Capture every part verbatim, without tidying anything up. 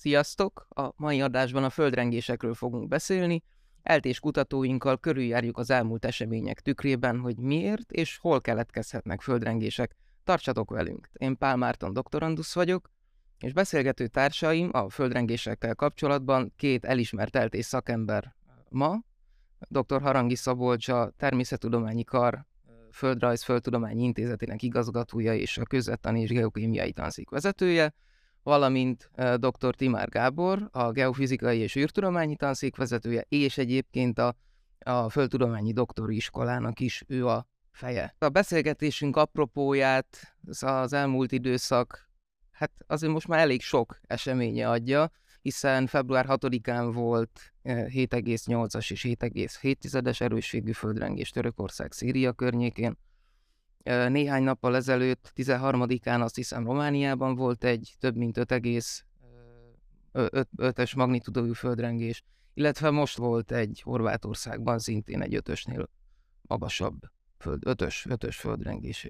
Sziasztok! A mai adásban a földrengésekről fogunk beszélni. Eltés kutatóinkkal körüljárjuk az elmúlt események tükrében, hogy miért és hol keletkezhetnek földrengések. Tartsatok velünk! Én Pál Márton doktorandusz vagyok, és beszélgető társaim a földrengésekkel kapcsolatban két elismert eltés szakember ma. dr. Harangi Szabolcs, a Természettudományi Kar Földrajz-Földtudományi Intézetének igazgatója és a Közvettani és Geokémiai Tanszék vezetője, valamint dr. Timár Gábor, a Geofizikai és űrtudományi tanszék vezetője, és egyébként a, a Földtudományi Doktori Iskolának is ő a feje. A beszélgetésünk apropóját az elmúlt időszak, hát azért most már elég sok eseménye adja, hiszen február hatodikán volt hét egész nyolcas és hét egész hét erősségű földrengés Törökország Szíria környékén. Néhány nappal ezelőtt, tizenharmadikán azt hiszem Romániában volt egy több mint öt egész ötös magnitúdú földrengés, illetve most volt egy Horvátországban szintén egy ötösnél magasabb föld, ötös, ötös földrengés.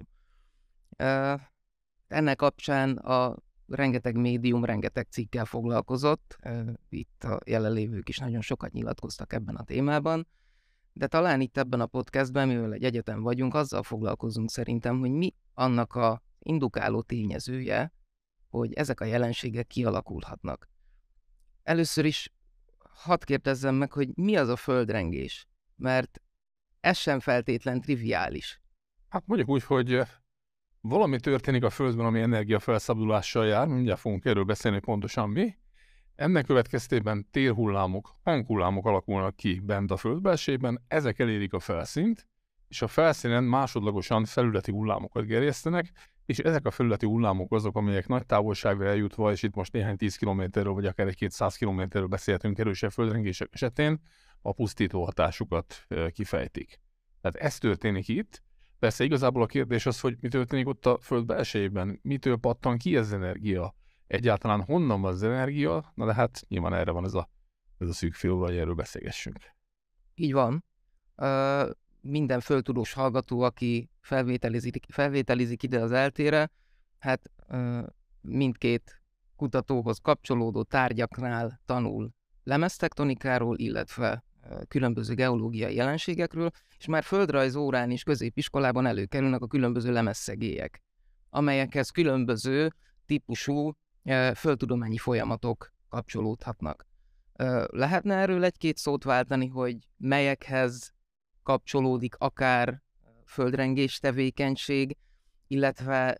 Ennek kapcsán a rengeteg médium, rengeteg cikkel foglalkozott, itt a jelenlévők is nagyon sokat nyilatkoztak ebben a témában, de talán itt ebben a podcastben, mivel egy egyetem vagyunk, azzal foglalkozunk szerintem, hogy mi annak a indukáló tényezője, hogy ezek a jelenségek kialakulhatnak. Először is hadd kérdezzem meg, hogy mi az a földrengés, mert ez sem feltétlen triviális. Hát mondjuk úgy, hogy valami történik a Földben, ami energiafelszabbadulással jár, mindjárt fogunk erről beszélni pontosan mi. Ennek következtében térhullámok, hanghullámok alakulnak ki bent a földbelsejében, ezek elérik a felszínt, és a felszínen másodlagosan felületi hullámokat gerjesztenek, és ezek a felületi hullámok azok, amelyek nagy távolságra eljutva, és itt most néhány tíz kilométerről, vagy akár egy-két száz kilométerről beszélhetünk erősebb földrengések esetén, a pusztító hatásukat kifejtik. Tehát ez történik itt. Persze igazából a kérdés az, hogy mi történik ott a föld belsejében, mitől pattan ki ez energia, egyáltalán honnan van az energia, na de hát nyilván erre van ez a, ez a szűk félóra, hogy erről beszélgessünk. Így van. Uh, minden földtudós hallgató, aki felvételizik, felvételizik ide az eltére, hát uh, mindkét kutatóhoz kapcsolódó tárgyaknál tanul lemeztektonikáról, illetve uh, különböző geológiai jelenségekről, és már földrajz órán is középiskolában előkerülnek a különböző lemezszegélyek, amelyekhez különböző típusú földtudományi folyamatok kapcsolódhatnak. Lehetne erről egy-két szót váltani, hogy melyekhez kapcsolódik akár földrengés tevékenység, illetve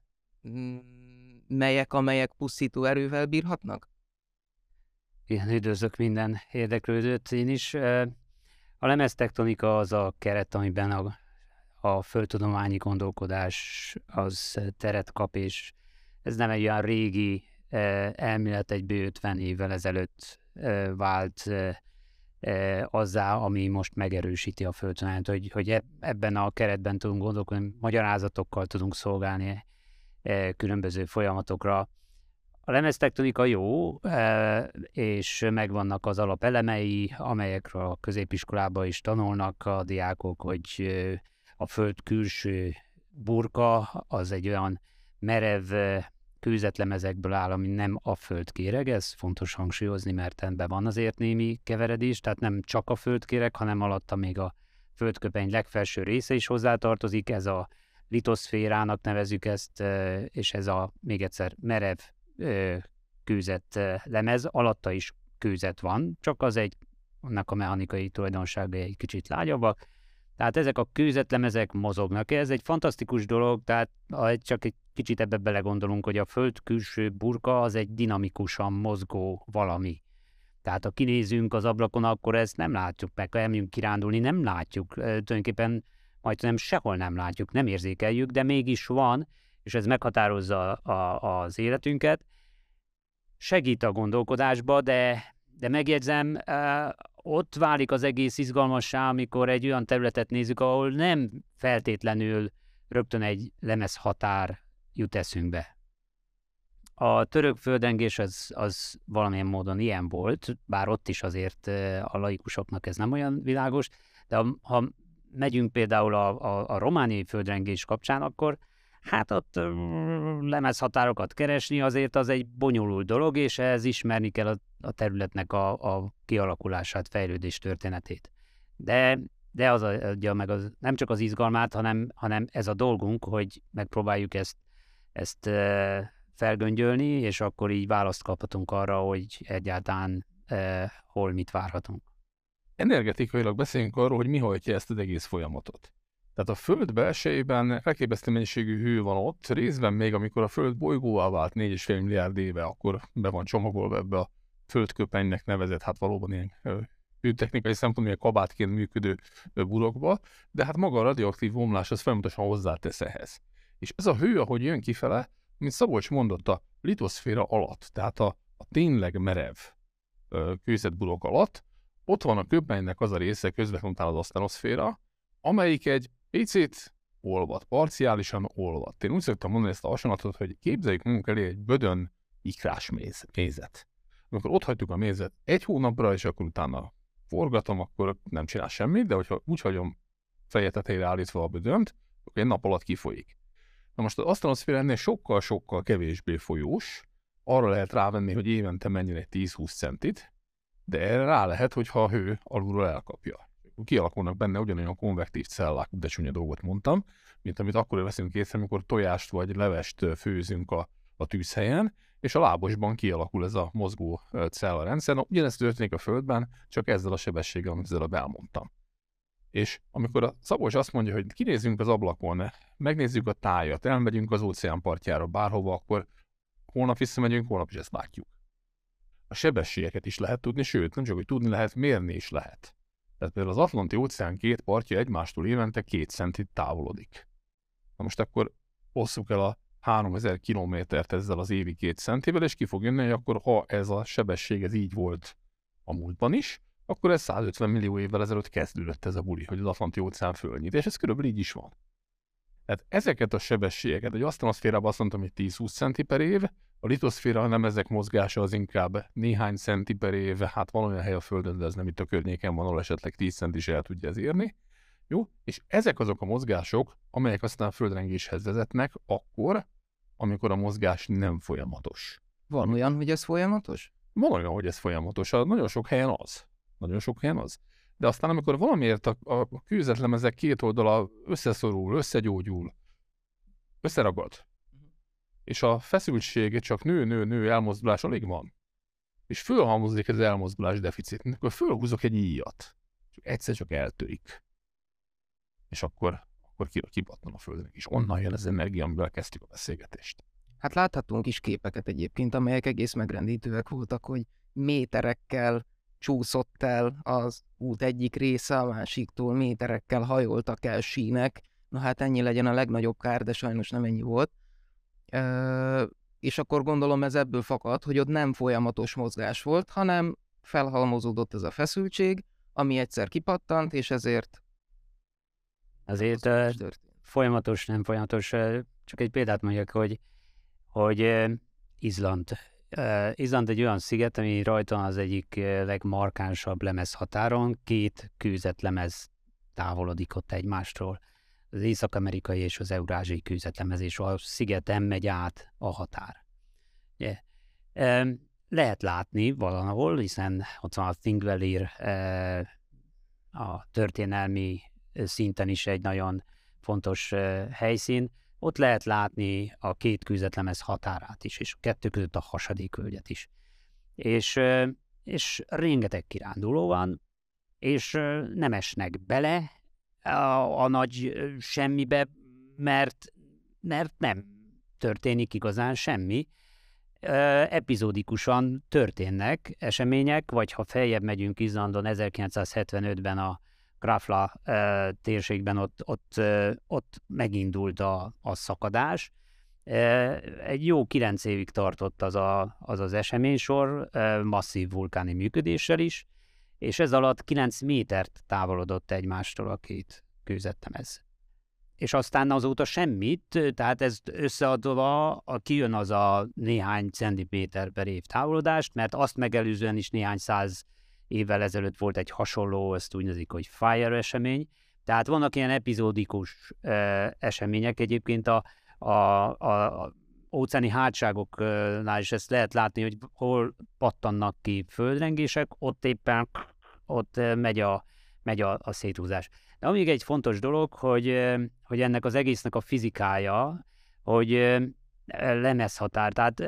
melyek, amelyek pusztító erővel bírhatnak? Igen, üdvözlök minden érdeklődőt én is. A lemeztektonika az a keret, amiben a, a földtudományi gondolkodás az teret kap, és ez nem egy olyan régi elmélet, egy bő ötven évvel ezelőtt vált azzá, ami most megerősíti a földtudományt, hogy, hogy ebben a keretben tudunk gondolkodni, magyarázatokkal tudunk szolgálni különböző folyamatokra. A lemeztektonika jó, és megvannak az alapelemei, amelyekről a középiskolában is tanulnak a diákok, hogy a föld külső burka az egy olyan merev kőzetlemezekből áll, ami nem a földkéreg, ez fontos hangsúlyozni, mert ebben van azért némi keveredés, tehát nem csak a földkéreg, hanem alatta még a földköpeny legfelső része is hozzátartozik, ez a litoszférának nevezzük ezt, és ez a még egyszer merev kőzetlemez, alatta is kőzet van, csak az egy, annak a mechanikai tulajdonságai egy kicsit lágyabbak. Tehát ezek a kőzetlemezek mozognak. Ez egy fantasztikus dolog, tehát ha csak egy kicsit ebbe belegondolunk, hogy a föld külső burka az egy dinamikusan mozgó valami. Tehát ha kinézünk az ablakon, akkor ezt nem látjuk meg, ha elmegyünk kirándulni, nem látjuk. Tulajdonképpen majdnem sehol nem látjuk, nem érzékeljük, de mégis van, és ez meghatározza a, a, az életünket. Segít a gondolkodásba, de, de megjegyzem, ott válik az egész izgalmassá, amikor egy olyan területet nézzük, ahol nem feltétlenül rögtön egy lemezhatár jut eszünkbe. A török földrengés az, az valamilyen módon ilyen volt, bár ott is azért a laikusoknak ez nem olyan világos, de ha, ha megyünk például a, a, a romániai földrengés kapcsán, akkor Hát ott lemezhatárokat keresni azért az egy bonyolult dolog, és ehhez ismerni kell a, a területnek a, a kialakulását, fejlődés történetét. De, de az adja meg az, nem csak az izgalmát, hanem, hanem ez a dolgunk, hogy megpróbáljuk ezt, ezt e, felgöngyölni, és akkor így választ kaphatunk arra, hogy egyáltalán e, hol mit várhatunk. Energetikailag beszéljünk arról, hogy mi hajtja ezt az egész folyamatot. Tehát a Föld belsejében elképesztő mennyiségű hő van ott, részben még amikor a Föld bolygóvá vált négy egész öt milliárd éve, akkor be van csomagolva ebbe a földköpenynek nevezett, hát valóban ilyen hőtechnikai szempontból ilyen kabátként működő burokba, de hát maga a radioaktív bomlás az folyamatosan hozzátesz ehhez. És ez a hő, ahogy jön kifele, mint Szabolcs mondott, a litoszféra alatt, tehát a, a tényleg merev kőzetburok alatt, ott van a köpenynek az a része közvetlenül az asztenoszféra, amelyik egy picit olvad, parciálisan olvad. Én úgy szoktam mondani ezt a hasonlatot, hogy képzeljük magunk elé egy bödön ikrás méz, mézet. Amikor ott hagyjuk a mézet egy hónapra, és akkor utána forgatom, akkor nem csinál semmit, de hogyha úgy hagyom feje tetejére állítva a bödönt, akkor egy nap alatt kifolyik. Na most az asztenoszféra ennél sokkal-sokkal kevésbé folyós, arra lehet rávenni, hogy évente menjen egy tíz-húsz centit, de erre rá lehet, hogyha a hő alulról elkapja. Kialakulnak benne ugyanolyan konvektív cellák, de csúnya dolgot mondtam, mint amit akkor veszünk észre, amikor tojást vagy levest főzünk a, a tűzhelyen, és a lábosban kialakul ez a mozgó cellarendszer. Na, ugyanezt történik a Földben, csak ezzel a sebességgel, amit ezzel elmondtam. És amikor a Szabolcs azt mondja, hogy kinézzünk az ablakon, megnézzük a tájat, elmegyünk az óceán partjára bárhova, akkor holnap visszamegyünk, holnap is ezt látjuk. A sebességeket is lehet tudni, sőt, nem csak, hogy tudni lehet, mérni is lehet. Tehát például az Atlanti-óceán két partja egymástól évente két centit távolodik. Na most akkor osszuk el a háromezer kilométert ezzel az évi két centivel, és ki fog jönni, hogy akkor ha ez a sebesség ez így volt a múltban is, akkor ez százötven millió évvel ezelőtt kezdődött ez a buli, hogy az Atlanti-óceán fölnyit, és ez körülbelül így is van. Tehát ezeket a sebességeket, egy asztenoszférában azt mondtam, hogy tíz-húsz centi per év, a litoszféra nem ezek mozgása az inkább néhány centi per év, hát van olyan hely a Földön, de ez nem itt a környéken van, ahol esetleg tíz cent is el tudja ez érni. Jó? És ezek azok a mozgások, amelyek aztán földrengéshez vezetnek, akkor, amikor a mozgás nem folyamatos. Van olyan, hogy ez folyamatos? Van olyan, hogy ez folyamatos. Nagyon sok helyen az. Nagyon sok helyen az. De aztán, amikor valamiért a, a kőzetlemezek két oldala összeszorul, összegyógyul, összeragad, és a feszültség csak nő, nő, nő, elmozdulás alig van, és fölhalmozódik az elmozdulás deficit, akkor fölhúzok egy íjat, csak egyszer csak eltörik. És akkor, akkor kipattan a Földre, és onnan jön az energia, amivel kezdtük a beszélgetést. Hát láthatunk is képeket egyébként, amelyek egész megrendítőek voltak, hogy méterekkel csúszott el az út egyik része a másiktól, méterekkel hajoltak el sínek, na hát ennyi legyen a legnagyobb kár, de sajnos nem ennyi volt. Ö, és akkor gondolom ez ebből fakad, hogy ott nem folyamatos mozgás volt, hanem felhalmozódott ez a feszültség, ami egyszer kipattant, és ezért azért uh, folyamatos, nem folyamatos. Uh, csak egy példát mondjak, hogy, hogy uh, Izland. Uh, Izland egy olyan sziget, ami rajta az egyik uh, legmarkánsabb lemezhatáron, két kőzetlemez távolodik ott egymástól. Az észak-amerikai és az eurázsiai kőzetlemez, és a szigeten megy át a határ. Yeah. Um, lehet látni valahol, hiszen ott van a Thingvellir, uh, a történelmi szinten is egy nagyon fontos uh, helyszín. Ott lehet látni a két kőzetlemez határát is, és a kettő között a hasadékvölgyet is. És, uh, és rengeteg kiránduló van, és uh, nem esnek bele a, a nagy uh, semmibe, mert, mert nem történik igazán semmi. Uh, epizódikusan történnek események, vagy ha feljebb megyünk Izlandon ezerkilencszázhetvenötben a Krafla uh, térségben ott, ott, uh, ott megindult a, a szakadás. Uh, egy jó kilenc évig tartott az a, az, az eseménysor, uh, masszív vulkáni működéssel is, és ez alatt kilenc métert távolodott egymástól a két kőzetlemez. És aztán azóta semmit, tehát ezt összeadva a, kijön az a néhány centiméter per év távolodást, mert azt megelőzően is néhány száz évvel ezelőtt volt egy hasonló, ezt úgy nevezik, hogy fire esemény. Tehát vannak ilyen epizódikus e, események. Egyébként a, a, a, a óceáni hátságoknál is ezt lehet látni, hogy hol pattannak ki földrengések, ott éppen ott megy a, megy a, a széthúzás. De még egy fontos dolog, hogy, hogy ennek az egésznek a fizikája, hogy lemezhatár. Tehát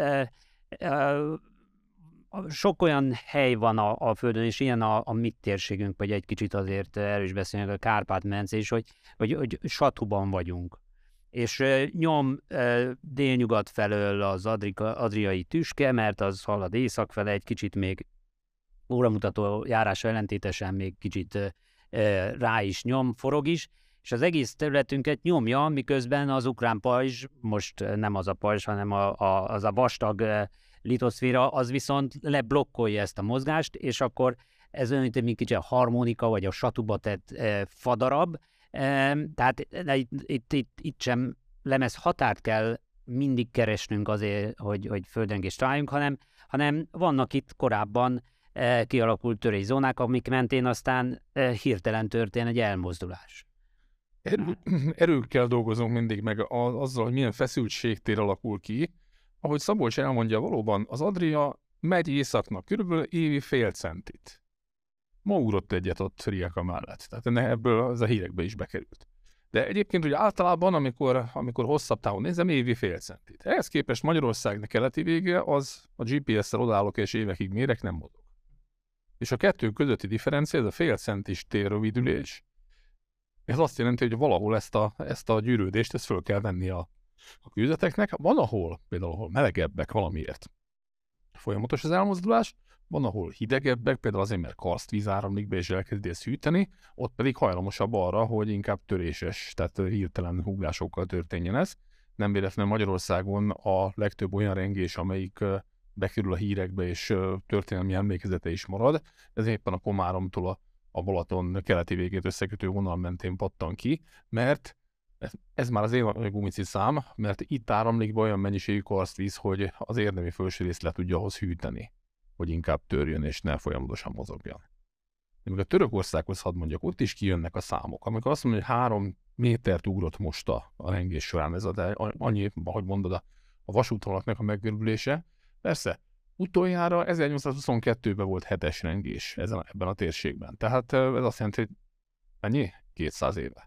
sok olyan hely van a, a Földön, és ilyen a, a mi térségünk, vagy egy kicsit azért erről is beszélünk, a Kárpát-medence is, hogy, hogy, hogy satuban vagyunk. És uh, nyom uh, délnyugat felől az adrika, adriai tüske, mert az halad észak fele, egy kicsit még óramutató járása ellentétesen még kicsit uh, uh, rá is nyom, forog is, és az egész területünket nyomja, miközben az ukrán pajzs, most nem az a pajzs, hanem a, a, az a vastag uh, litoszféra, az viszont leblokkolja ezt a mozgást, és akkor ez olyan, mint kicsit a harmonika, vagy a satuba tett uh, fadarab. Tehát itt, itt, itt, itt sem lemez határt kell mindig keresnünk azért, hogy, hogy földrengést találjunk, hanem, hanem vannak itt korábban e, kialakult törészónák, amik mentén aztán e, hirtelen történ egy elmozdulás. Erő, erőkkel dolgozunk mindig meg a, azzal, hogy milyen feszültségtér alakul ki. Ahogy Szabolcs elmondja, valóban az Adria megy északnak körülbelül évi fél centit. Ma ugrott egyet ott Rijeka mellett. Tehát ebből az a hírekbe is bekerült. De egyébként ugye általában, amikor, amikor hosszabb távon nézem, évi fél centit. Ehhez képest Magyarországnak keleti vége, az a gé pé es-szel odállok és évekig mérek, nem mozog. És a kettő közötti differencia, ez a fél centis térrövidülés, ez azt jelenti, hogy valahol ezt a, ezt a gyűrődést, ezt föl kell venni a, a kőzeteknek. Van, ahol, például ahol melegebbek valamiért folyamatos az elmozdulás, van, ahol hidegebbek, például azért, mert karsztvíz áramlik be és elkezdi ezt hűteni, ott pedig hajlamosabb arra, hogy inkább töréses, tehát hirtelen húgásokkal történjen ez. Nem véletlenül Magyarországon a legtöbb olyan rengés, amelyik bekerül a hírekbe és történelmi emlékezete is marad, ez éppen a Komáromtól a, a Balaton keleti végét összekötő vonal mentén pattan ki, mert ez, ez már az élgumici szám, mert itt áramlik be olyan mennyiségű karsztvíz, hogy az érdemi felső részt le tudja ahhoz hűteni, hogy inkább törjön és ne folyamatosan mozogjon. De még a Törökországhoz hadd mondjak, ott is kijönnek a számok. Amikor azt mondja, hogy három métert ugrott most a, a rengés során, ez a, de annyi, ahogy mondod, a, a vasútvonalaknak a meggörülése. Persze, utoljára ezernyolcszázhuszonkettőben volt hetes rengés ezen, ebben a térségben. Tehát ez azt jelenti, hogy mennyi? kétszáz éve.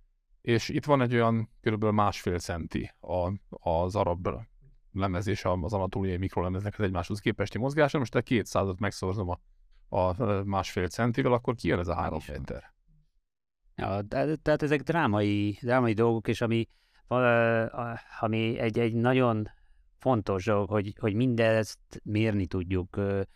És itt van egy olyan körülbelül másfél centi a, az arab lemez és az anatóliai mikrolemeznek az egymáshoz képesti mozgása, most a kétszázat megszorzom a, a másfél centivel, akkor kijön ez a három méter. Ja, tehát, tehát ezek drámai, drámai dolgok, és ami, ami egy, egy nagyon fontos dolog, hogy, hogy mindezt mérni tudjuk.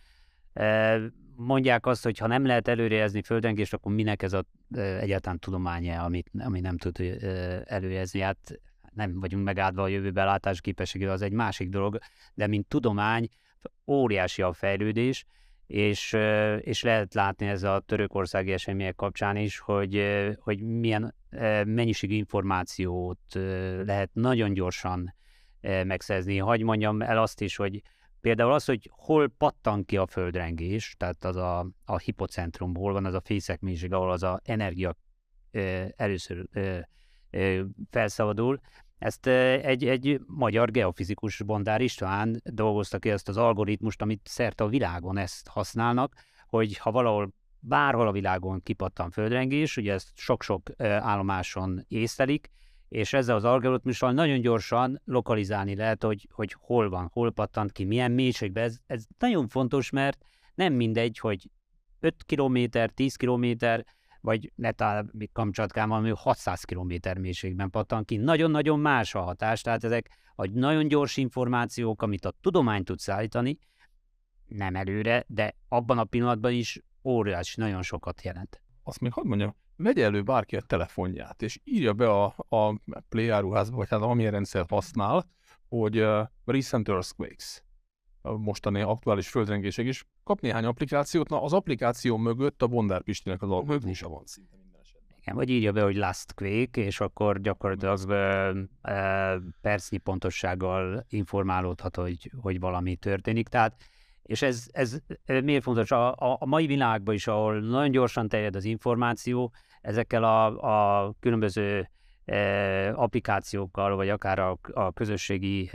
Mondják azt, hogy ha nem lehet előrejelzni földrengést, akkor minek ez a egyáltalán tudománya, amit, ami nem tud előrejelzni. Hát nem vagyunk megáldva a jövőbe látás képességével, az egy másik dolog, de mint tudomány óriási a fejlődés, és, és lehet látni ez a törökországi események kapcsán is, hogy, hogy milyen mennyiségű információt lehet nagyon gyorsan megszerzni. Hagy mondjam el azt is, hogy például az, hogy hol pattan ki a földrengés, tehát az a, a hipocentrum, hol van az a fészekmélység, ahol az a energia először felszabadul. Ezt egy, egy magyar geofizikus, Bondár István dolgozta ki ezt az algoritmust, amit szerte a világon ezt használnak, hogy ha valahol bárhol a világon kipattan földrengés, ugye ezt sok-sok állomáson észlelik, és ezzel az algoritmussal nagyon gyorsan lokalizálni lehet, hogy, hogy hol van, hol pattant ki, milyen mélységben. Ez, ez nagyon fontos, mert nem mindegy, hogy öt kilométer, tíz kilométer, vagy netán még Kamcsatkán valami hatszáz kilométer mélységben pattan ki. Nagyon-nagyon más a hatás, tehát ezek a nagyon gyors információk, amit a tudomány tud szállítani, nem előre, de abban a pillanatban is óriási, nagyon sokat jelent. Azt még hadd mondjam, vegye elő bárki a telefonját, és írja be a, a Play áruházba, vagy hát amilyen rendszer használ, hogy uh, Recent Earthquakes, a mostani aktuális földrengések is, kap néhány applikációt, na az applikáció mögött a Bondár Pistinek az algoritmusa van szinte minden esetben. Igen, vagy írja be, hogy Last Quake, és akkor gyakorlatilag uh, uh, percnyi pontossággal informálódhat, hogy, hogy valami történik. Tehát és ez, ez miért fontos? A, a, a mai világban is, ahol nagyon gyorsan terjed az információ, ezekkel a, a különböző applikációkkal, vagy akár a, a közösségi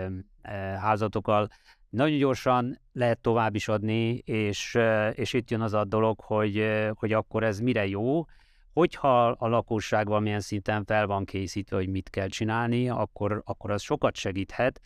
házatokkal nagyon gyorsan lehet tovább is adni, és, és itt jön az a dolog, hogy, hogy akkor ez mire jó, hogyha a lakosság valamilyen szinten fel van készítve, hogy mit kell csinálni, akkor, akkor az sokat segíthet,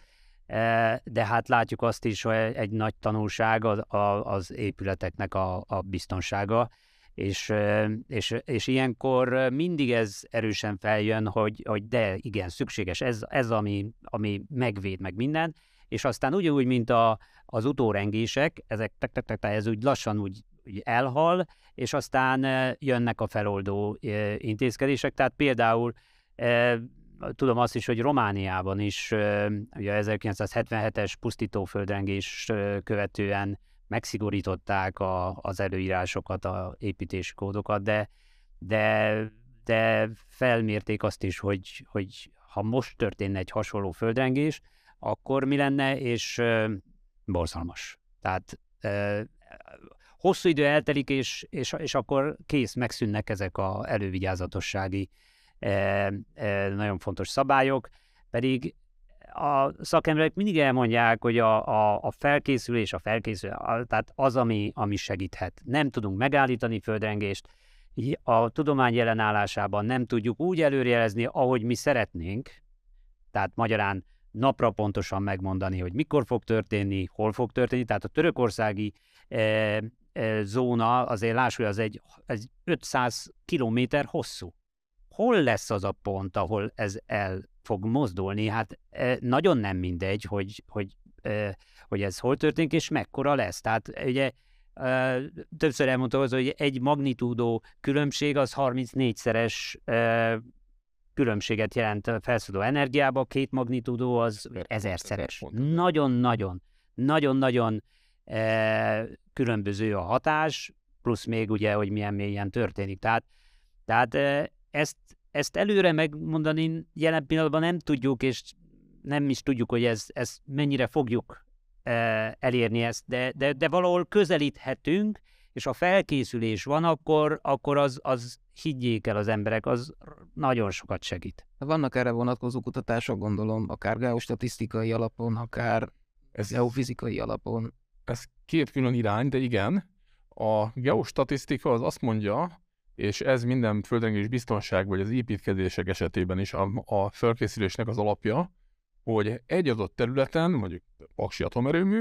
de hát látjuk azt is, hogy egy nagy tanulság az, az épületeknek a, a biztonsága, és, és, és ilyenkor mindig ez erősen feljön, hogy, hogy de igen, szükséges, ez, ez ami, ami megvéd meg minden, és aztán ugyanúgy, mint a, az utórengések, ezek tek, tek, tek, ez úgy lassan úgy, úgy elhal, és aztán jönnek a feloldó intézkedések. Tehát például tudom azt is, hogy Romániában is ugye ezerkilencszázhetvenhetes pusztító földrengés követően megszigorították a, az előírásokat, a építési kódokat, de, de, de felmérték azt is, hogy, hogy ha most történne egy hasonló földrengés, akkor mi lenne, és uh, borzalmas. Tehát uh, hosszú idő eltelik, és, és, és akkor kész, megszűnnek ezek az elővigyázatossági uh, uh, nagyon fontos szabályok, pedig a szakemberek mindig elmondják, hogy a, a, a felkészülés, a felkészülés, a, tehát az, ami, ami segíthet. Nem tudunk megállítani földrengést, a tudomány jelenállásában nem tudjuk úgy előrejelezni, ahogy mi szeretnénk, tehát magyarán napra pontosan megmondani, hogy mikor fog történni, hol fog történni. Tehát a törökországi e, e, zóna, azért lássuk, hogy az egy, egy ötszáz kilométer hosszú. Hol lesz az a pont, ahol ez el fog mozdulni? Hát e, nagyon nem mindegy, hogy, hogy, e, hogy ez hol történik, és mekkora lesz. Tehát ugye e, többször elmondtam az, hogy egy magnitúdó különbség az harmincnégyszeres e, különbséget jelent a felszabaduló energiába, két magnitúdó az ezerszeres. Nagyon-nagyon, nagyon-nagyon e, különböző a hatás, plusz még ugye, hogy milyen mélyen történik. Tehát, tehát e, ezt, ezt előre megmondani jelen pillanatban nem tudjuk, és nem is tudjuk, hogy ez, ez mennyire fogjuk e, elérni ezt, de, de, de valahol közelíthetünk, és ha felkészülés van, akkor, akkor az, az higgyék el az emberek, az nagyon sokat segít. Vannak erre vonatkozó kutatások, gondolom, akár geostatisztikai alapon, akár ez geofizikai alapon. Ez két külön irány, de igen. A geostatisztika az azt mondja, és ez minden földrengés biztonság, vagy az építkezések esetében is a, a felkészülésnek az alapja, hogy egy adott területen, mondjuk Paksi atomerőmű,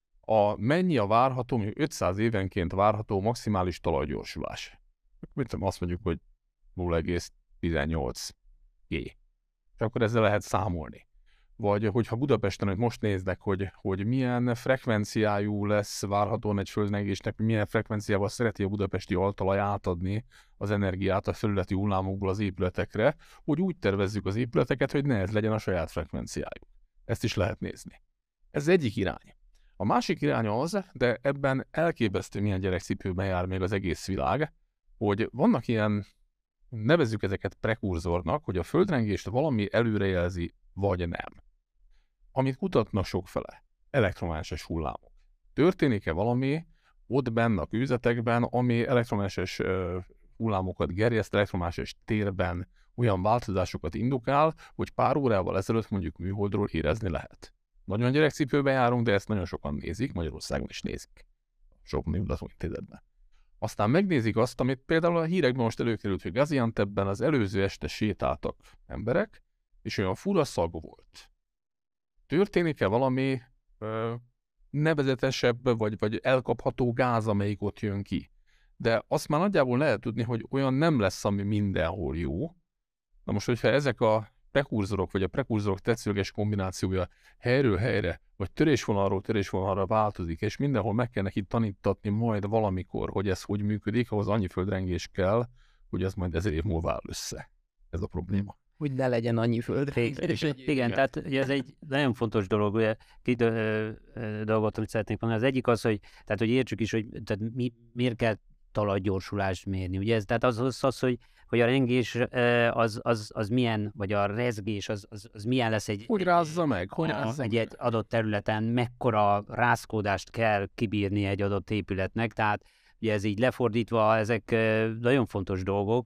a mennyi a várható, mondjuk ötszáz évenként várható maximális talajgyorsulás. Mit tudom, azt mondjuk, hogy nulla egész tizennyolc G. És akkor ezzel lehet számolni. Vagy hogyha Budapesten, hogy most néznek, hogy, hogy milyen frekvenciájú lesz várhatóan egy földrengésnek, milyen frekvenciával szereti a budapesti altalaj átadni az energiát a felületi hullámokból az épületekre, hogy úgy tervezzük az épületeket, hogy ne ez legyen a saját frekvenciájuk. Ezt is lehet nézni. Ez egyik irány. A másik irány az, de ebben elképesztő milyen gyerekcipőben jár még az egész világ, hogy vannak ilyen, nevezzük ezeket prekurzornak, hogy a földrengést valami előrejelzi, vagy nem. Amit kutatnak sokfele, elektromágneses hullámok. Történik-e valami ott benne a kőzetekben, ami elektromágneses uh, hullámokat gerjeszt, elektromágneses térben olyan változásokat indukál, hogy pár órával ezelőtt mondjuk műholdról érezni lehet. Nagyon gyerekcipőben járunk, de ezt nagyon sokan nézik, Magyarországon is nézik. Sok Kutatóintézetben. Aztán megnézik azt, amit például a hírekben most előkerült, hogy Gaziantepben az előző este sétáltak emberek, és olyan fura szag volt. Történik-e valami ö, nevezetesebb, vagy, vagy elkapható gáz, amelyik ott jön ki? De azt már nagyjából lehet tudni, hogy olyan nem lesz, ami mindenhol jó. Na most, hogyha ezek a prekurzorok, vagy a prekurzorok tetszőleges kombinációja helyről helyre, vagy törésvonalról törésvonalra változik, és mindenhol meg kell neki tanítatni majd valamikor, hogy ez hogy működik, ahhoz annyi földrengés kell, hogy ez majd ezer év múlva áll össze. Ez a probléma. Hogy ne legyen annyi földrengés. Igen, igen, tehát ugye ez egy nagyon fontos dolog, ugye két dolgot, amit szeretnék mondani. Az egyik az, hogy, tehát, hogy értsük is, hogy tehát mi, miért kell talajgyorsulást mérni. Ugye ez, tehát az, az, az hogy hogy a rengés az, az, az milyen, vagy a rezgés az, az, az milyen lesz egy... Hogy rázza meg? Hogy rázza egy, egy adott területen, mekkora rázkódást kell kibírni egy adott épületnek, tehát ugye ez így lefordítva, ezek nagyon fontos dolgok,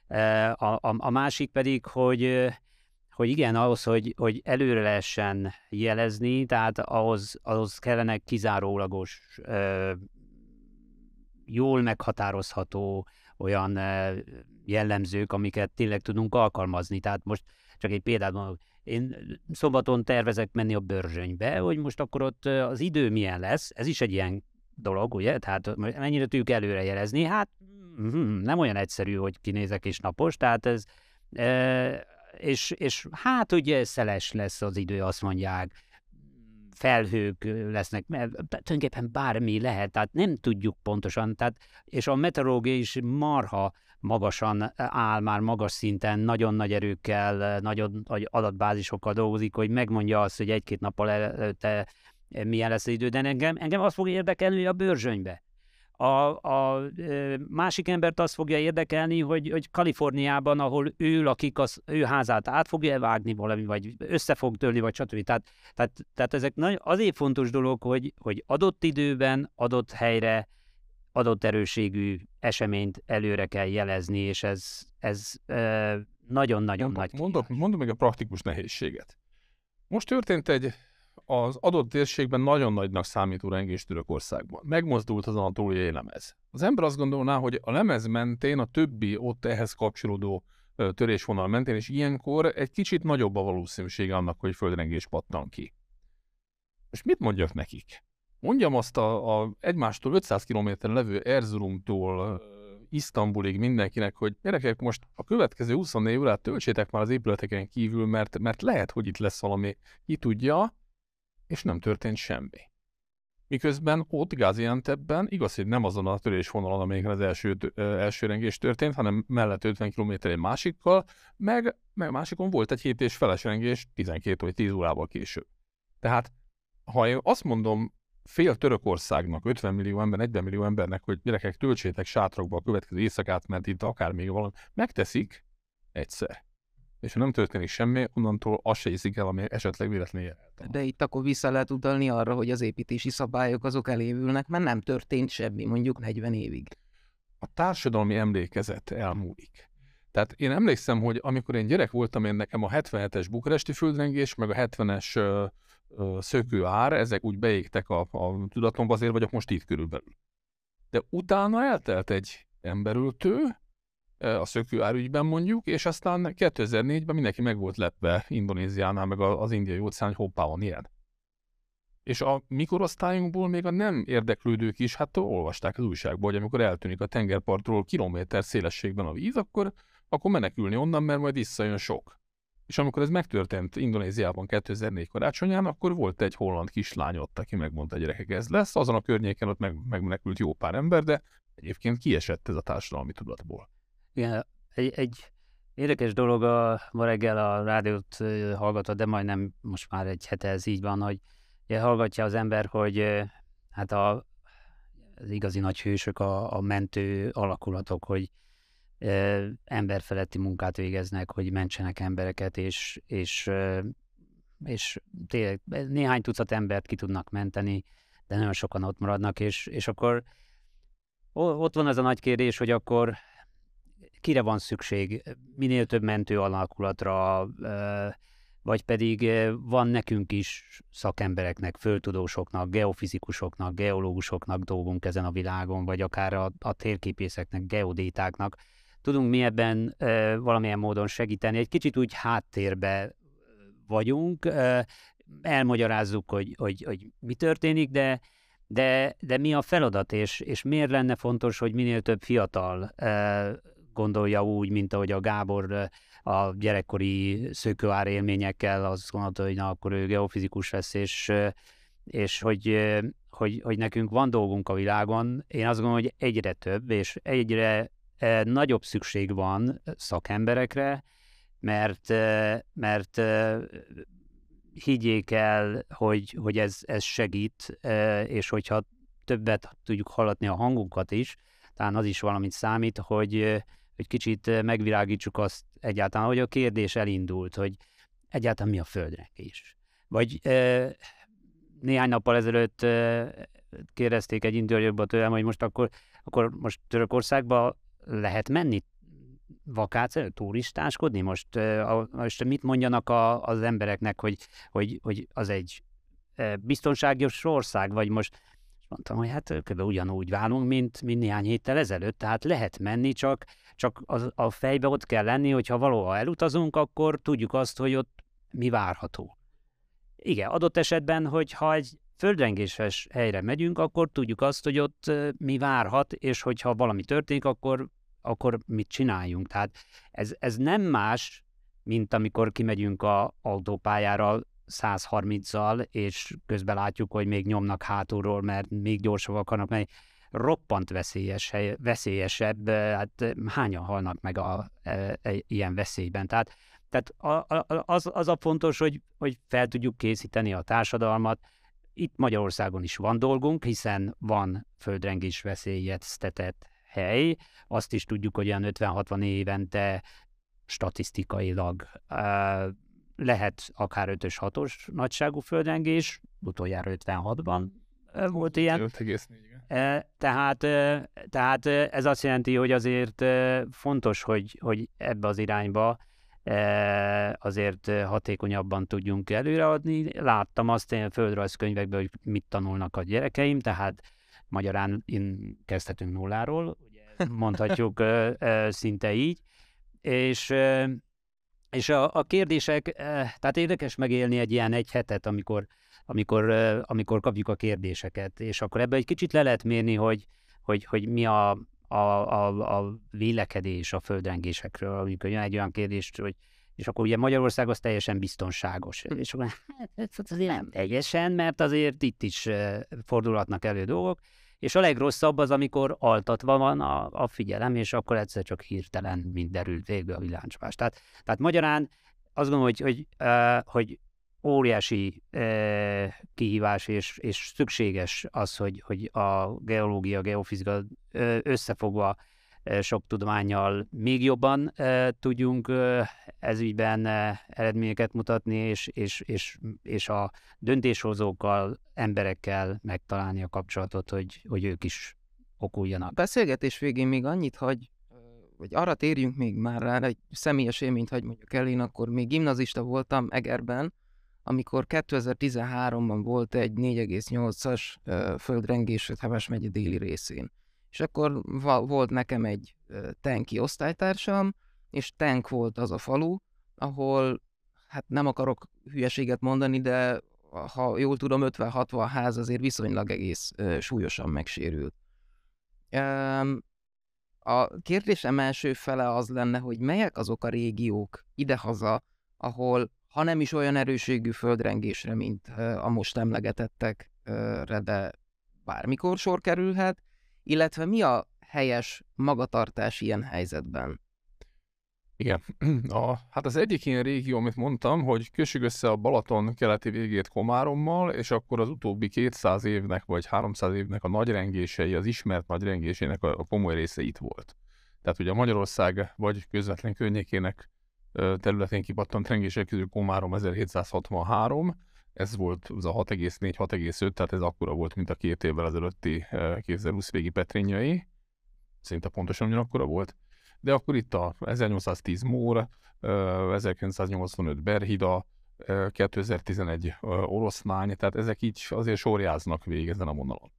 A, a, a másik pedig, hogy, hogy igen, ahhoz, hogy, hogy előre lehessen jelezni, tehát ahhoz, ahhoz kellene kizárólagos, jól meghatározható olyan jellemzők, amiket tényleg tudunk alkalmazni. Tehát most csak egy példát mondok, én szombaton tervezek menni a Börzsönybe, hogy most akkor ott az idő milyen lesz, ez is egy ilyen dolog, ugye? Tehát mennyire tudjuk előre jelezni? Hát nem olyan egyszerű, hogy kinézek és napos, tehát ez, és, és hát ugye szeles lesz az idő, azt mondják, felhők lesznek, mert tulajdonképpen bármi lehet, tehát nem tudjuk pontosan, tehát, és a meteorológia is marha magasan áll, már magas szinten, nagyon nagy erőkkel, nagyon nagy adatbázisokkal dolgozik, hogy megmondja azt, hogy egy-két nappal előtte milyen lesz az idő, de engem, engem azt fog érdekelni, hogy a Börzsönybe. A, a másik embert azt fogja érdekelni, hogy, hogy Kaliforniában, ahol ő lakik, az ő házát át fogja vágni valami, vagy össze fog törni, vagy stb. Tehát, tehát, tehát ezek nagy, azért fontos dolog, hogy, hogy adott időben, adott helyre, adott erőségű eseményt előre kell jelezni, és ez, ez nagyon-nagyon nagy. Mondom, mondom meg a praktikus nehézséget. Most történt egy az adott térségben nagyon nagynak számító rengés Törökországban. Megmozdult az anatóliai lemez. Az ember azt gondolná, hogy a lemez mentén a többi ott ehhez kapcsolódó törésvonal mentén, és ilyenkor egy kicsit nagyobb a valószínűsége annak, hogy földrengés pattan ki. És mit mondjak nekik? Mondjam azt a, a egymástól ötszáz kilométeren levő Erzurumtól Isztambulig mindenkinek, hogy gyerekek, most a következő huszonnégy órát töltsétek már az épületeken kívül, mert, mert lehet, hogy itt lesz valami, ki tudja, és nem történt semmi. Miközben ott Gaziantepben, igaz, hogy nem azon a törésvonalon, amelyiken az első, első rengés történt, hanem mellett ötven kilométer egy másikkal, meg, meg másikon volt egy hét és feles rengés tizenkét vagy tíz órával később. Tehát, ha én azt mondom fél Törökországnak, ötven millió ember, negyven millió embernek, hogy gyerekek, töltsétek sátrakba a következő éjszakát, mert itt akár még valami, megteszik egyszer. És ha nem történik semmi, onnantól azt se hiszik el, ami esetleg véletlenül jelent. De itt akkor vissza lehet utalni arra, hogy az építési szabályok azok elévülnek, mert nem történt semmi, mondjuk negyven évig. A társadalmi emlékezet elmúlik. Tehát én emlékszem, hogy amikor én gyerek voltam, én nekem a hetvenhetes bukaresti földrengés, meg a hetvenes ö, ö, szökőár, ezek úgy beégtek a, a tudatomba, azért vagyok most itt körülbelül. De utána eltelt egy emberöltő, a szökőárügyben mondjuk, és aztán kétezer-négyben mindenki meg volt lepve Indonéziánál, meg az indiai óceán, hogy hoppá, van ilyen. És a mikorosztályunkból még a nem érdeklődők is, hát olvasták az újságból, hogy amikor eltűnik a tengerpartról kilométer szélességben a víz, akkor, akkor menekülni onnan, mert majd visszajön sok. És amikor ez megtörtént Indonéziában kétezer-négy karácsonyán, akkor volt egy holland kislány ott, aki megmondta, hogy gyerekek, ez lesz. Azon a környéken ott meg, megmenekült jó pár ember, de egyébként kiesett ez a társadalmi tudatból. Igen, egy, egy érdekes dolog, a, ma reggel a rádiót hallgatva, de majdnem most már egy hete ez így van, hogy ugye, hallgatja az ember, hogy hát a, az igazi nagy hősök, a, a mentő alakulatok, hogy e, emberfeletti munkát végeznek, hogy mentsenek embereket, és, és, e, és tényleg néhány tucat embert ki tudnak menteni, de nagyon sokan ott maradnak, és, és akkor ott van ez a nagy kérdés, hogy akkor kire van szükség, minél több mentő alakulatra, vagy pedig van nekünk is szakembereknek, földtudósoknak, geofizikusoknak, geológusoknak dolgunk ezen a világon, vagy akár a, a térképészeknek, geodétáknak. Tudunk mi ebben valamilyen módon segíteni. Egy kicsit úgy háttérbe vagyunk, elmagyarázzuk, hogy, hogy, hogy mi történik, de De, de mi a feladat, és, és miért lenne fontos, hogy minél több fiatal eh, gondolja úgy, mint ahogy a Gábor a gyerekkori szökőár élményekkel, azt gondolta, hogy na, akkor ő geofizikus lesz, és, és hogy, hogy, hogy nekünk van dolgunk a világon. Én azt gondolom, hogy egyre több, és egyre eh, nagyobb szükség van szakemberekre, mert, eh, mert eh, higgyék el, hogy, hogy ez, ez segít, és hogyha többet tudjuk hallatni a hangunkat is, talán az is valamit számít, hogy, hogy kicsit megvilágítsuk azt egyáltalán, hogy a kérdés elindult, hogy egyáltalán mi a földrengés. Vagy néhány nappal ezelőtt kérdezték egy interjúban tőlem, hogy most akkor, akkor most Törökországba lehet menni vakáció, turistáskodni? Most, a, most mit mondjanak a, az embereknek, hogy, hogy, hogy az egy biztonságos ország, vagy most mondtam, hogy hát kb. Ugyanúgy válunk, mint, mint néhány héttel ezelőtt, tehát lehet menni, csak, csak az, a fejbe ott kell lenni, hogyha valahol elutazunk, akkor tudjuk azt, hogy ott mi várható. Igen, adott esetben, hogyha egy földrengéses helyre megyünk, akkor tudjuk azt, hogy ott mi várhat, és hogyha valami történik, akkor, akkor mit csináljunk. Tehát ez, ez nem más, mint amikor kimegyünk az autópályára száz harminccal, és közben látjuk, hogy még nyomnak hátulról, mert még gyorsabban akarnak menni. Roppant veszélyes, veszélyesebb, hát hányan halnak meg a, e, e, ilyen veszélyben. Tehát, tehát a, a, az, az a fontos, hogy, hogy fel tudjuk készíteni a társadalmat. Itt Magyarországon is van dolgunk, hiszen van földrengés veszélyeztetett hely. Azt is tudjuk, hogy olyan ötven-hatvan évente statisztikailag uh, lehet akár ötös hatos nagyságú földrengés, utoljára ötvenhatban uh, volt ilyen. öt egész négy, igen. Uh, tehát, uh, tehát uh, ez azt jelenti, hogy azért uh, fontos, hogy, hogy ebbe az irányba uh, azért uh, hatékonyabban tudjunk előreadni. Láttam azt én földrajzkönyvekben, hogy mit tanulnak a gyerekeim, tehát magyarán én kezdhetünk nulláról, ugye mondhatjuk uh, uh, szinte így, és uh, És a, a kérdések, tehát érdekes megélni egy ilyen egy hetet, amikor, amikor, amikor kapjuk a kérdéseket, és akkor ebbe egy kicsit le lehet mérni, hogy, hogy, hogy mi a, a, a, a vélekedés a földrengésekről, amikor jön egy olyan kérdés, hogy és akkor ugye Magyarország az teljesen biztonságos. És akkor hát azért nem teljesen, mert azért itt is fordulhatnak elő dolgok, és a legrosszabb az, amikor altatva van a, a figyelem, és akkor egyszer csak hirtelen mind derült végbe a villámcsapás. Tehát, tehát magyarán azt gondolom, hogy, hogy, uh, hogy óriási uh, kihívás, és, és szükséges az, hogy, hogy a geológia, geofizika uh, összefogva uh, sok tudománnyal még jobban uh, tudjunk uh, ezügyben uh, eredményeket mutatni, és, és, és, és a döntéshozókkal, emberekkel megtalálni a kapcsolatot, hogy, hogy ők is okuljanak. A beszélgetés végén még annyit hagy, vagy arra térjünk még már rá, egy személyes élményt hagy mondjuk el, én akkor még gimnazista voltam Egerben, amikor kétezer-tizenháromban volt egy négy egész nyolcas földrengés Heves megye déli részén. És akkor volt nekem egy tenki osztálytársam, és Tenk volt az a falu, ahol, hát nem akarok hülyeséget mondani, de ha jól tudom, ötven-hatvan ház azért viszonylag egész uh, súlyosan megsérült. Um, a kérdésem első fele az lenne, hogy melyek azok a régiók idehaza, ahol ha nem is olyan erőségű földrengésre, mint uh, a most emlegetettekre, de bármikor sor kerülhet, illetve mi a helyes magatartás ilyen helyzetben? Igen. A, hát az egyik ilyen régió, amit mondtam, hogy kössük össze a Balaton keleti végét Komárommal, és akkor az utóbbi kétszáz évnek vagy háromszáz évnek a nagyrengései, az ismert nagyrengésének a, a komoly része itt volt. Tehát ugye a Magyarország vagy közvetlen környékének területén kipattant rengések közül Komárom ezerhétszázhatvanhárom, ez volt az a hat egész négy hat egész öt, tehát ez akkora volt, mint a két évvel ezelőtti kétezer-húsz végi Petrinyai, szinte pontosan ugyanakkora volt. De akkor itt a ezernyolcszáztíz Mór, ezerkilencszáznyolcvanöt Berhida, kétezer-tizenegy Oroszlány, tehát ezek így azért sorjáznak végig ezen a vonalon.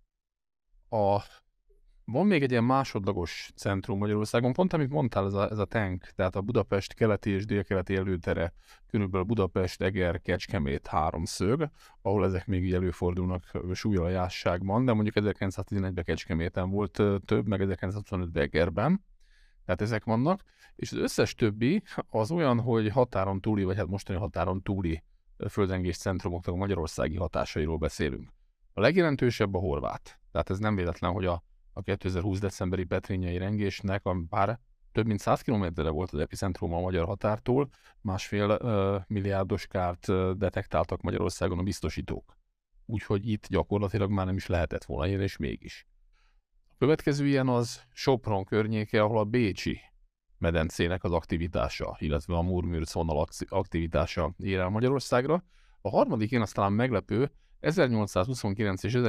A, van még egy ilyen másodlagos centrum Magyarországon, pont amit mondtál, ez a, ez a Tenk, tehát a Budapest keleti és délkeleti előtere, körülbelül Budapest, Eger, Kecskemét háromszög, ahol ezek még így előfordulnak súlyalajásságban, de mondjuk ezerkilencszáztizenegyben Kecskeméten volt több, meg ezerkilencszázhuszonötben Egerben. Tehát ezek vannak, és az összes többi az olyan, hogy határon túli, vagy hát mostani határon túli földrengés centrumoknak a magyarországi hatásairól beszélünk. A legjelentősebb a horvát. Tehát ez nem véletlen, hogy a, a kétezer-húsz decemberi Petrinyai rengésnek, bár több mint száz kilométerre volt az epicentrum a magyar határtól, másfél uh, milliárdos kárt uh, detektáltak Magyarországon a biztosítók. Úgyhogy itt gyakorlatilag már nem is lehetett volna ilyen, és mégis. A következő ilyen az Sopron környéke, ahol a bécsi medencének az aktivitása, illetve a Murmürc vonal aktivitása ér el Magyarországra. A harmadik ilyen az talán meglepő, ezernyolcszázhuszonkilenc és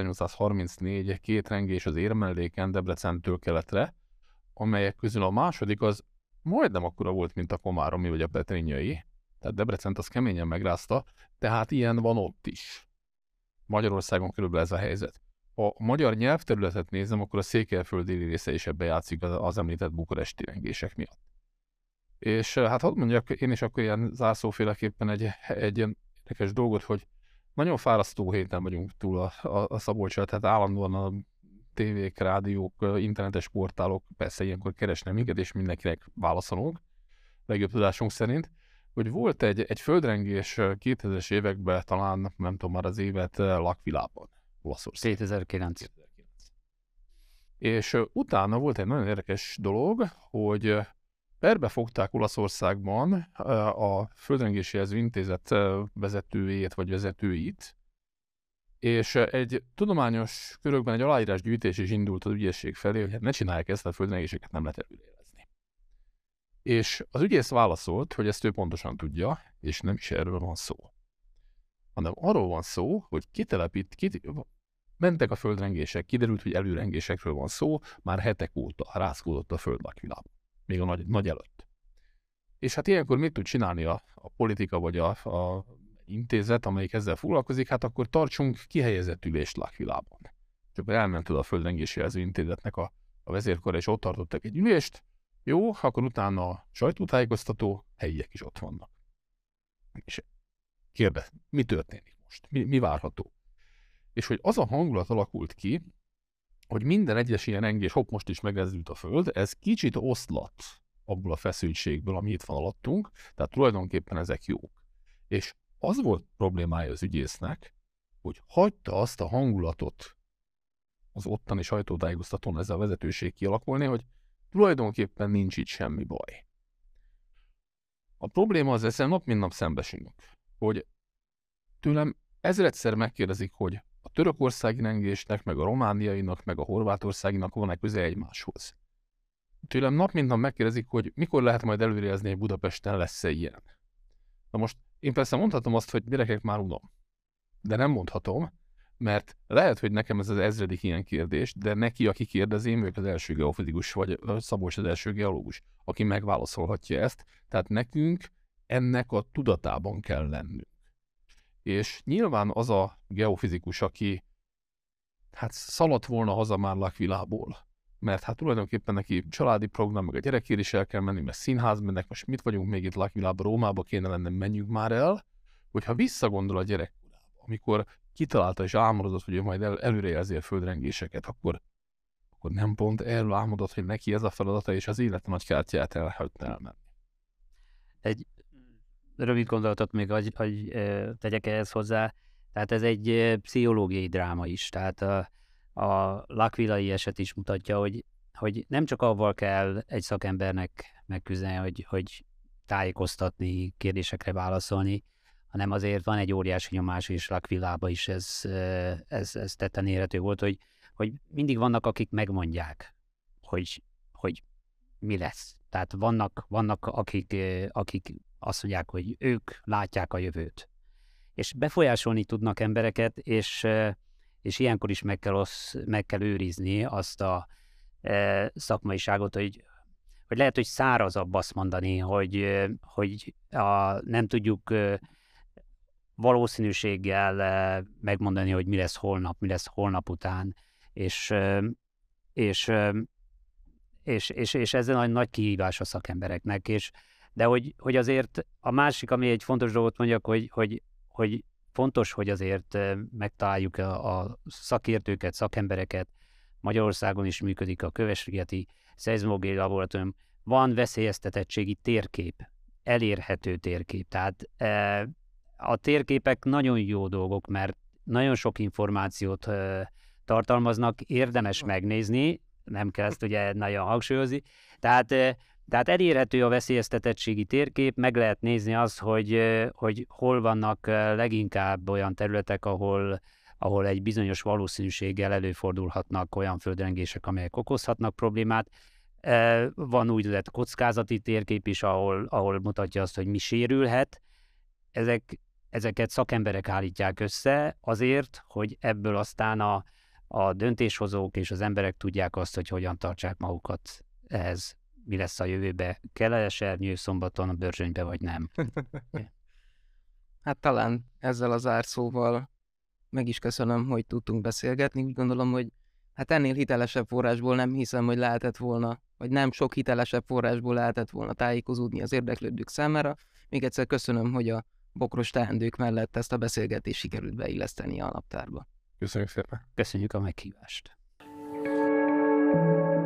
ezernyolcszázharmincnégy két rengés az Érmelléken Debrecentől keletre, amelyek közül a második az majdnem akkora volt, mint a komáromi vagy a petrinyai, tehát Debrecent az keményen megrázta, tehát ilyen van ott is. Magyarországon körülbelül ez a helyzet. Ha a magyar nyelvterületet nézem, akkor a Székelyföld déli része is ebbe játszik az említett bukaresti rengések miatt. És hát hadd mondjak én is akkor ilyen zárszóféleképpen egy, egy ilyen érdekes dolgot, hogy nagyon fárasztó héten vagyunk túl a, a, a Szabolccsal, tehát állandóan a tévék, rádiók, internetes portálok persze ilyenkor keresnek minket, és mindenkinek válaszolunk, legjobb tudásunk szerint, hogy volt egy, egy földrengés kétezres években, talán nem tudom már az évet, L'Aquilában, Olaszország. kétezer-kilenc. És utána volt egy nagyon érdekes dolog, hogy perbe fogták Olaszországban a Földrengési Jelző Intézet vezetőjét vagy vezetőit, és egy tudományos körökben egy aláírásgyűjtés is indult az ügyészség felé, hogy hát ne csinálják ezt, a földrengéseket nem lehet előrejelezni. És az ügyész válaszolt, hogy ezt ő pontosan tudja, és nem is erről van szó. Hanem arról van szó, hogy kitelepít, kit... mentek a földrengések, kiderült, hogy előrengésekről van szó, már hetek óta rázkódott a föld L'Aquilában, még a nagy, nagy előtt. És hát ilyenkor mit tud csinálni a, a politika vagy a, a intézet, amelyik ezzel foglalkozik, hát akkor tartsunk kihelyezett ülést L'Aquilában. És akkor elment oda a Földrengési Jelző Intézetnek a, a vezérkara, és ott tartottak egy ülést. Jó, akkor utána a sajtótájékoztató, helyiek is ott vannak. És kérdez, mi történik most? Mi, mi várható? És hogy az a hangulat alakult ki, hogy minden egyes ilyen engés, hopp, most is megrezdült a föld, ez kicsit oszlat abból a feszültségből, ami itt van alattunk, tehát tulajdonképpen ezek jók. És az volt problémája az ügyésznek, hogy hagyta azt a hangulatot az ottani sajtótájékoztatón ezzel a vezetőség kialakulni, hogy tulajdonképpen nincs itt semmi baj. A probléma az, ezzel nap mint nap szembesülünk, hogy tőlem ezredszer megkérdezik, hogy a törökországi rengésnek, meg a romániainak, meg a horvátországinak van-e köze egymáshoz. Tőlem nap mint nap megkérdezik, hogy mikor lehet majd előrejelzni, hogy Budapesten lesz-e ilyen. Na most én persze mondhatom azt, hogy gyerekek, már unom. De nem mondhatom, mert lehet, hogy nekem ez az ezredik ilyen kérdés, de neki, aki kérdezi, ők az első geofizikus, vagy Szabolcs az első geológus, aki megválaszolhatja ezt. Tehát nekünk ennek a tudatában kell lennünk. És nyilván az a geofizikus, aki hát szaladt volna haza már L'Aquilából, mert hát tulajdonképpen neki családi program, meg a gyerekért is el kell menni, mert színház mennek, most mit vagyunk még itt L'Aquilába, Rómába kéne lennem, menjünk már el, hogyha visszagondol a gyerekkorába, amikor kitalálta és álmodott, hogy ő majd el, előrejelzi a földrengéseket, akkor, akkor nem pont erről álmodott, hogy neki ez a feladata, és az élet nagy kártyát elhagyta elmenni. Egy rövid gondolatot még hogy, hogy tegyek ehhez hozzá, tehát ez egy pszichológiai dráma is, tehát a, a L'Aquilai eset is mutatja, hogy, hogy nem csak avval kell egy szakembernek megküzdeni, hogy, hogy tájékoztatni, kérdésekre válaszolni, hanem azért van egy óriási nyomás, és L'Aquilába is ez, ez, ez tetten érhető volt, hogy, hogy mindig vannak, akik megmondják, hogy, hogy mi lesz. Tehát vannak, vannak akik, akik azt mondják, hogy ők látják a jövőt. És befolyásolni tudnak embereket, és, és ilyenkor is meg kell, osz, meg kell őrizni azt a e, szakmaiságot, hogy, hogy lehet, hogy szárazabb azt mondani, hogy, hogy a, nem tudjuk valószínűséggel megmondani, hogy mi lesz holnap, mi lesz holnap után, és, és, és, és, és ez egy nagy kihívás a szakembereknek, és de hogy, hogy azért a másik, ami egy fontos dolgot mondjak, hogy, hogy, hogy fontos, hogy azért megtaláljuk a, a szakértőket, szakembereket. Magyarországon is működik a Kövesligeti Szeizmológiai Laboratórium. Van veszélyeztetettségi térkép, elérhető térkép. Tehát e, a térképek nagyon jó dolgok, mert nagyon sok információt e, tartalmaznak, érdemes megnézni, nem kell ezt ugye nagyon hangsúlyozni. Tehát e, Tehát elérhető a veszélyeztetettségi térkép, meg lehet nézni azt, hogy, hogy hol vannak leginkább olyan területek, ahol, ahol egy bizonyos valószínűséggel előfordulhatnak olyan földrengések, amelyek okozhatnak problémát. Van úgynevezett kockázati térkép is, ahol, ahol mutatja azt, hogy mi sérülhet. Ezek, ezeket szakemberek állítják össze azért, hogy ebből aztán a, a döntéshozók és az emberek tudják azt, hogy hogyan tartsák magukat ehhez mi lesz a jövőbe, kell-e esernyő szombaton a Börzsönybe, vagy nem. Hát talán ezzel az zárszóval meg is köszönöm, hogy tudtunk beszélgetni. Úgy gondolom, hogy hát ennél hitelesebb forrásból nem hiszem, hogy lehetett volna, vagy nem sok hitelesebb forrásból lehetett volna tájékozódni az érdeklődők számára. Még egyszer köszönöm, hogy a bokros teendők mellett ezt a beszélgetést sikerült beilleszteni a naptárba. Köszönjük szépen. Köszönjük a meghívást.